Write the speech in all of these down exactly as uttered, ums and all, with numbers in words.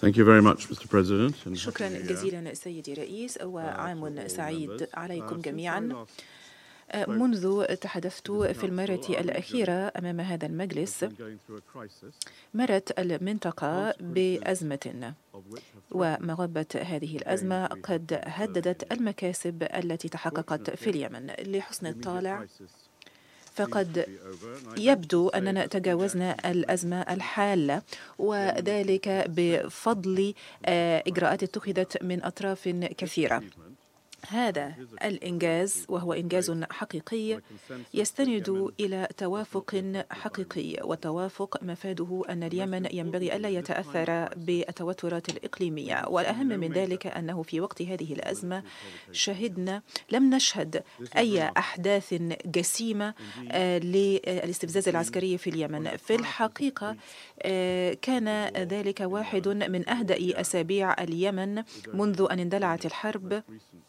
Thank you very much, Mister President. And شكرا جزيلا سيدي رئيس، وعام سعيد عليكم جميعا. منذ تحدثت في المرة الأخيرة أمام هذا المجلس مرت المنطقة بأزمة، ومغبة هذه الأزمة قد هددت المكاسب التي تحققت في اليمن. لحسن الطالع فقد يبدو أننا تجاوزنا الأزمة الحالة، وذلك بفضل إجراءات اتخذت من أطراف كثيرة. هذا الإنجاز، وهو إنجاز حقيقي، يستند إلى توافق حقيقي، وتوافق مفاده أن اليمن ينبغي ألا يتأثر بالتوترات الإقليمية. والأهم من ذلك أنه في وقت هذه الأزمة شهدنا لم نشهد أي أحداث جسيمة للاستفزاز العسكري في اليمن. في الحقيقة كان ذلك واحد من أهدأ أسابيع اليمن منذ أن اندلعت الحرب،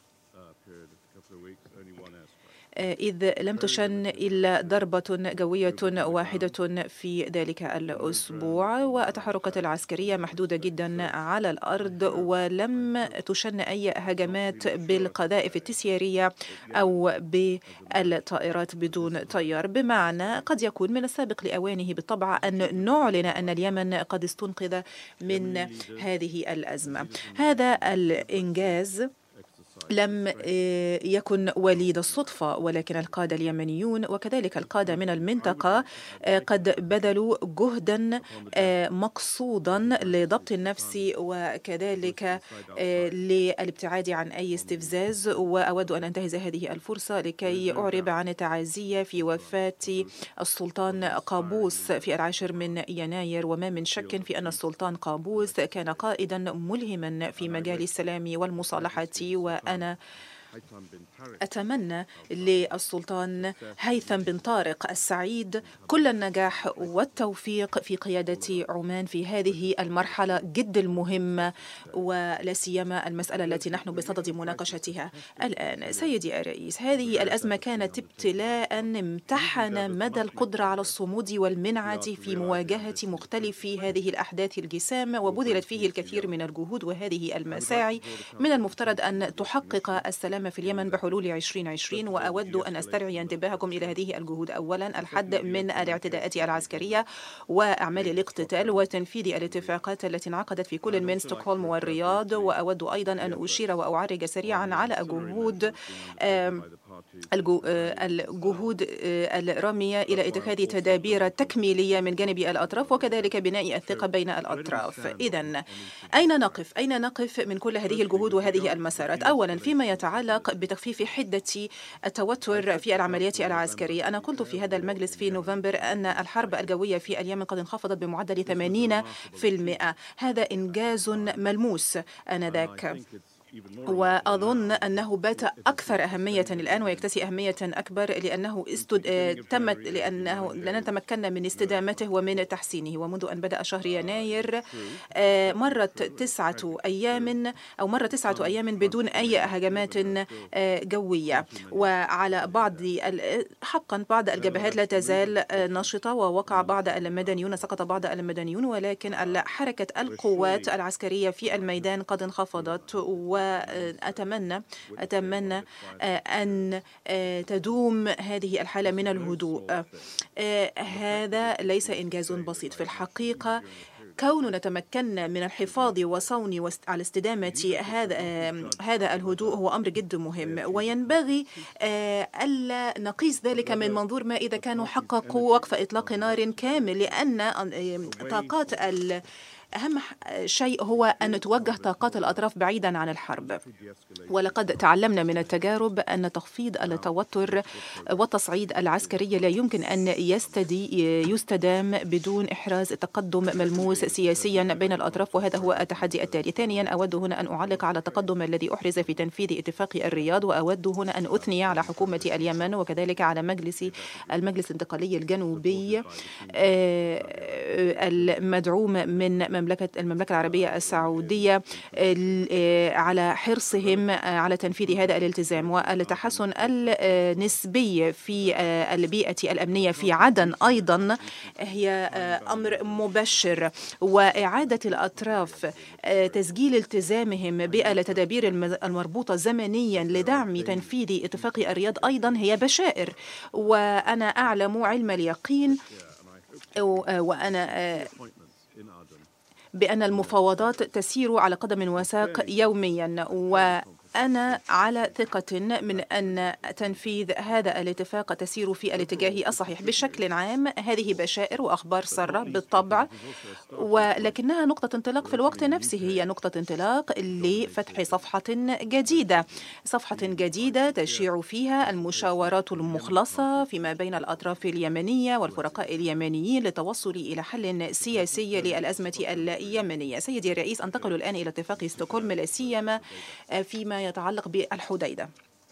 إذ لم تشن إلا ضربة جوية واحدة في ذلك الأسبوع، والتحركات العسكرية محدودة جدا على الأرض، ولم تشن أي هجمات بالقذائف التسييرية أو بالطائرات بدون طيار. بمعنى قد يكون من السابق لأوانه بالطبع أن نعلن أن اليمن قد استنقذ من هذه الأزمة. هذا الإنجاز لم يكن وليد الصدفة، ولكن القادة اليمنيون وكذلك القادة من المنطقة قد بذلوا جهدا مقصودا لضبط النفس وكذلك للابتعاد عن أي استفزاز. وأود أن أنتهز هذه الفرصة لكي أعرب عن التعازية في وفاة السلطان قابوس في العاشر من يناير. وما من شك في أن السلطان قابوس كان قائدا ملهما في مجال السلام والمصالحة، وأنا أنا أتمنى للسلطان هيثم بن طارق السعيد كل النجاح والتوفيق في قيادة عمان في هذه المرحلة جد المهمة، ولا سيما المسألة التي نحن بصدد مناقشتها الآن. سيدي الرئيس، هذه الأزمة كانت ابتلاء امتحن مدى القدرة على الصمود والمنعة في مواجهة مختلف هذه الأحداث الجسام، وبذلت فيه الكثير من الجهود وهذه المساعي من المفترض أن تحقق السلام في اليمن بحلول عشرين عشرين. وأود أن أسترعي انتباهكم إلى هذه الجهود. أولا، الحد من الاعتداءات العسكرية وأعمال الاقتتال وتنفيذ الاتفاقات التي انعقدت في كل من ستوكهولم والرياض. وأود أيضا أن أشير وأعرج سريعا على جهود الجهود الرامية إلى اتخاذ تدابير تكميلية من جانب الأطراف، وكذلك بناء الثقة بين الأطراف. إذن أين نقف؟ أين نقف من كل هذه الجهود وهذه المسارات؟ أولا، فيما يتعلق بتخفيف حدة التوتر في العمليات العسكرية، أنا قلت في هذا المجلس في نوفمبر أن الحرب الجوية في اليمن قد انخفضت بمعدل ثمانين بالمئة. هذا إنجاز ملموس آنذاك، وأظن أنه بات أكثر أهمية الآن ويكتسي أهمية أكبر لأنه استد... تمت لأنه لأننا تمكنا من استدامته ومن تحسينه. ومنذ أن بدأ شهر يناير مرت تسعة أيام أو مر تسعة أيام بدون أي هجمات جوية، وعلى بعض حقا بعض الجبهات لا تزال نشطة ووقع بعض المدنيون، سقط بعض المدنيون، ولكن حركة القوات العسكرية في الميدان قد انخفضت. و أتمنى أتمنى أن تدوم هذه الحالة من الهدوء. هذا ليس إنجاز بسيط في الحقيقة. كوننا تمكنا من الحفاظ وصون على استدامة هذا هذا الهدوء هو أمر جد مهم، وينبغي ألا نقيس ذلك من منظور ما إذا كانوا حققوا وقف إطلاق نار كامل، لأن طاقات ال أهم شيء هو أن توجه طاقات الأطراف بعيدا عن الحرب. ولقد تعلمنا من التجارب أن تخفيض التوتر والتصعيد العسكري لا يمكن أن يستدي يستدام بدون إحراز تقدم ملموس سياسيا بين الأطراف، وهذا هو التحدي التالي. ثانيا، أود هنا أن أعلق على التقدم الذي أحرز في تنفيذ اتفاق الرياض، وأود هنا أن أثني على حكومة اليمن وكذلك على مجلس المجلس الانتقالي الجنوبي المدعوم من المملكة المملكة العربية السعودية على حرصهم على تنفيذ هذا الالتزام، والتحسن النسبي في البيئة الأمنية في عدن أيضا هي أمر مبشر، وإعادة الأطراف تسجيل التزامهم بالتدابير المربوطة زمنيا لدعم تنفيذ اتفاق الرياض أيضا هي بشائر. وأنا أعلم علم اليقين وأنا بأن المفاوضات تسير على قدم وساق يوميا، وأنا على ثقة من أن تنفيذ هذا الاتفاق تسير في الاتجاه الصحيح. بشكل عام هذه بشائر وأخبار سارة بالطبع، ولكنها نقطة انطلاق في الوقت نفسه، هي نقطة انطلاق لفتح صفحة جديدة، صفحة جديدة تشيع فيها المشاورات المخلصة فيما بين الأطراف اليمنية والفرقاء اليمنيين للتوصل إلى حل سياسي للأزمة اليمنية. سيدي الرئيس، أنتقل الآن إلى اتفاق ستوكهولم، لا سيما فيما يتعلق بالحديدة.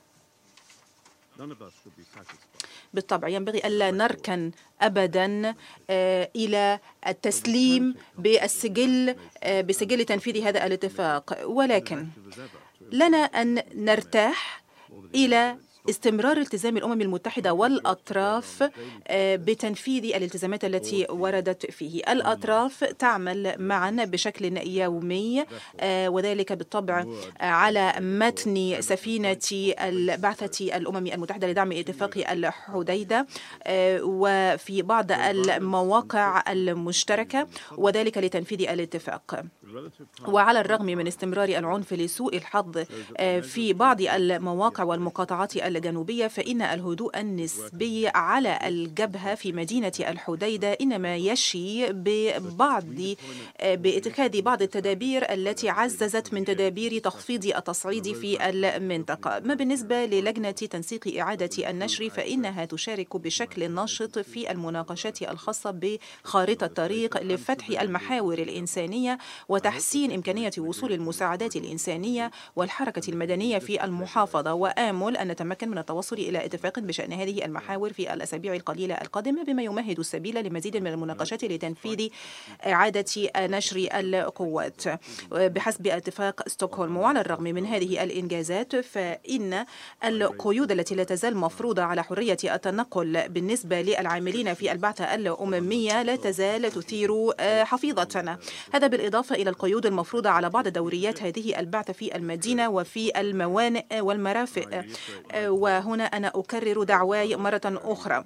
بالطبع ينبغي ألا نركن أبدا إلى التسليم بالسجل بسجل تنفيذ هذا الاتفاق، ولكن لنا أن نرتاح إلى استمرار التزام الأمم المتحدة والأطراف بتنفيذ الالتزامات التي وردت فيه. الأطراف تعمل معا بشكل يومي، وذلك بالطبع على متن سفينة البعثة الأمم المتحدة لدعم اتفاق الحديدة وفي بعض المواقع المشتركة، وذلك لتنفيذ الاتفاق. وعلى الرغم من استمرار العنف لسوء الحظ في بعض المواقع والمقاطعات الجنوبية، فإن الهدوء النسبي على الجبهة في مدينة الحديدة إنما يشي ببعض باتخاذ بعض التدابير التي عززت من تدابير تخفيض التصعيد في المنطقة. ما بالنسبة للجنة تنسيق إعادة النشر، فإنها تشارك بشكل نشط في المناقشات الخاصة بخارطة الطريق لفتح المحاور الإنسانية وتحسين إمكانية وصول المساعدات الإنسانية والحركة المدنية في المحافظة، وآمل أن نتمكن من التوصل إلى اتفاق بشأن هذه المحاور في الأسابيع القليلة القادمة، بما يمهد السبيل لمزيد من المناقشات لتنفيذ إعادة نشر القوات بحسب اتفاق ستوكهولم. وعلى الرغم من هذه الإنجازات، فإن القيود التي لا تزال مفروضة على حرية التنقل بالنسبة للعاملين في البعثة الأممية لا تزال تثير حفيظتنا. هذا بالإضافة إلى القيود المفروضة على بعض دوريات هذه البعثة في المدينة وفي الموانئ والمرافق. وهنا أنا أكرر دعواي مرة أخرى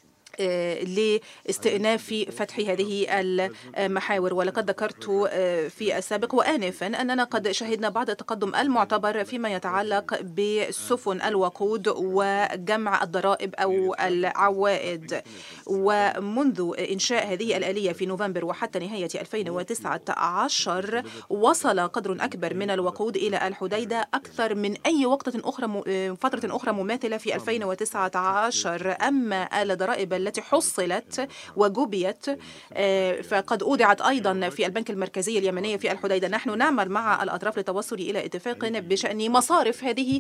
لاستئناف فتح هذه المحاور. ولقد ذكرت في السابق وآنفا أننا قد شهدنا بعض التقدم المعتبر فيما يتعلق بسفن الوقود وجمع الضرائب أو العوائد. ومنذ إنشاء هذه الآلية في نوفمبر وحتى نهاية ألفين وتسعة عشر وصل قدر أكبر من الوقود إلى الحديدة أكثر من أي وقت أخرى فترة أخرى مماثلة في ألفين وتسعة عشر. أما الضرائب التي حصلت وجبيت فقد أودعت أيضا في البنك المركزي اليمني في الحديدة. نحن نعمل مع الأطراف للتوصل إلى اتفاق بشأن مصارف هذه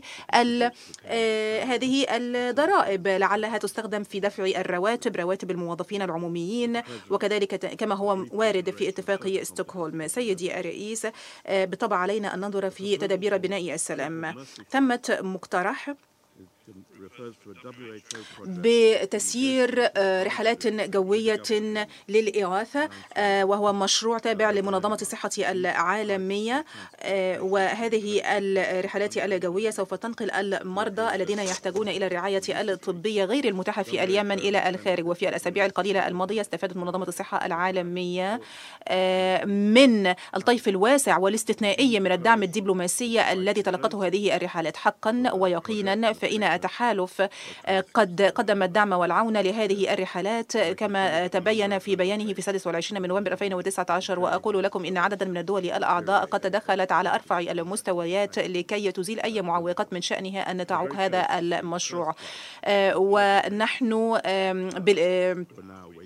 هذه الضرائب، لعلها تستخدم في دفع الرواتب، رواتب الموظفين العموميين، وكذلك كما هو وارد في اتفاق ستوكهولم. سيدي الرئيس، بالطبع علينا أن ننظر في تدابير بناء السلام. تمت مقترح بتسيير رحلات جوية للإغاثة، وهو مشروع تابع لمنظمة الصحة العالمية، وهذه الرحلات الجوية سوف تنقل المرضى الذين يحتاجون إلى الرعاية الطبية غير المتاحة في اليمن إلى الخارج. وفي الأسابيع القليلة الماضية استفادت منظمة الصحة العالمية من الطيف الواسع والاستثنائي من الدعم الدبلوماسي الذي تلقته هذه الرحلات. حقا ويقينا فإن التحالف قد قدم الدعم والعون لهذه الرحلات كما تبين في بيانه في السادس والعشرين من نوفمبر ألفين وتسعة عشر. وأقول لكم إن عددا من الدول الأعضاء قد تدخلت على أرفع المستويات لكي تزيل أي معوقات من شأنها أن تعوق هذا المشروع. ونحن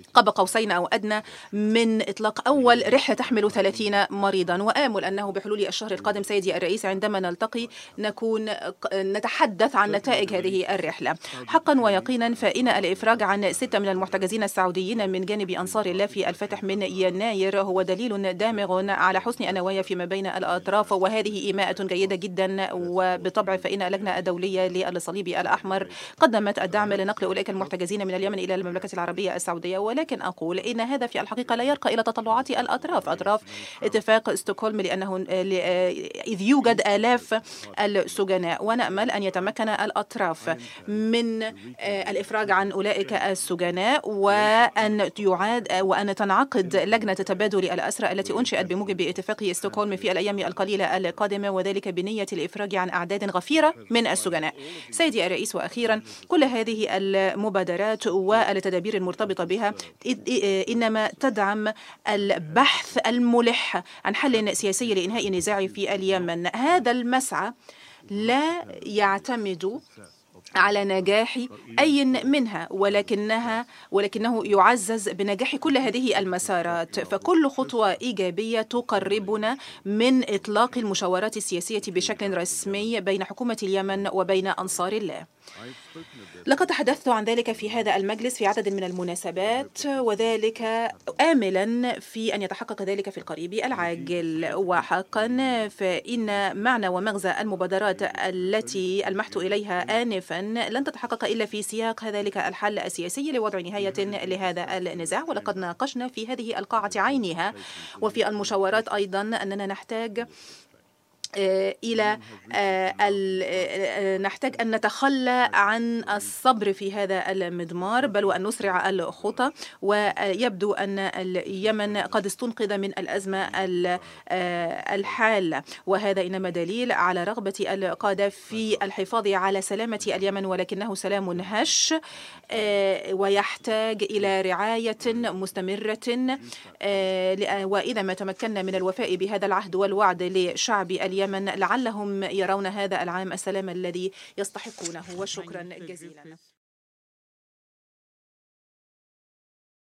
قاب قوسين أو أدنى من إطلاق أول رحلة تحمل ثلاثين مريضا، وآمل أنه بحلول الشهر القادم سيدي الرئيس عندما نلتقي نكون نتحدث عن نتائج هذه الرحلة. حقا ويقينا فإن الإفراج عن ستة من المحتجزين السعوديين من جانب أنصار الله في الفتح من يناير هو دليل دامغ على حسن النوايا فيما بين الأطراف، وهذه إيماءة جيدة جدا. وبالطبع فإن اللجنة الدولية للصليب الأحمر قدمت الدعم لنقل أولئك المحتجزين من اليمن إلى المملكة العربية السعودية، ولكن أقول إن هذا في الحقيقة لا يرقى إلى تطلعات الأطراف أطراف اتفاق ستوكهولم، لأنه إذ يوجد آلاف السجناء، ونأمل أن يتمكن الأطراف من الإفراج عن أولئك السجناء، وأن يعاد وأن تنعقد لجنة تبادل الأسرى التي أنشئت بموجب اتفاق ستوكهولم في الأيام القليلة القادمة، وذلك بنية الإفراج عن أعداد غفيرة من السجناء. سيدي الرئيس، وأخيرا كل هذه المبادرات والتدابير المرتبطة بها إنما تدعم البحث الملح عن حل سياسي لإنهاء النزاع في اليمن. هذا المسعى لا يعتمد على نجاح أي منها، ولكنها ولكنه يعزز بنجاح كل هذه المسارات، فكل خطوة إيجابية تقربنا من إطلاق المشاورات السياسية بشكل رسمي بين حكومة اليمن وبين أنصار الله. لقد تحدثت عن ذلك في هذا المجلس في عدد من المناسبات، وذلك آملا في أن يتحقق ذلك في القريب العاجل. وحقا فإن معنى ومغزى المبادرات التي ألمحت إليها آنفا لن تتحقق إلا في سياق ذلك الحل السياسي لوضع نهاية لهذا النزاع. ولقد ناقشنا في هذه القاعة عينها وفي المشاورات أيضا أننا نحتاج إلى نحتاج أن نتخلى عن الصبر في هذا المضمار، بل وأن نسرع الخطى. ويبدو أن اليمن قد استنقذ من الأزمة الحالة، وهذا إنما دليل على رغبة القادة في الحفاظ على سلامة اليمن، ولكنه سلام هش ويحتاج إلى رعاية مستمرة. وإذا ما تمكنا من الوفاء بهذا العهد والوعد لشعب اليمن لعلهم يرون هذا العام السلام الذي يستحقونه. وشكرا جزيلا.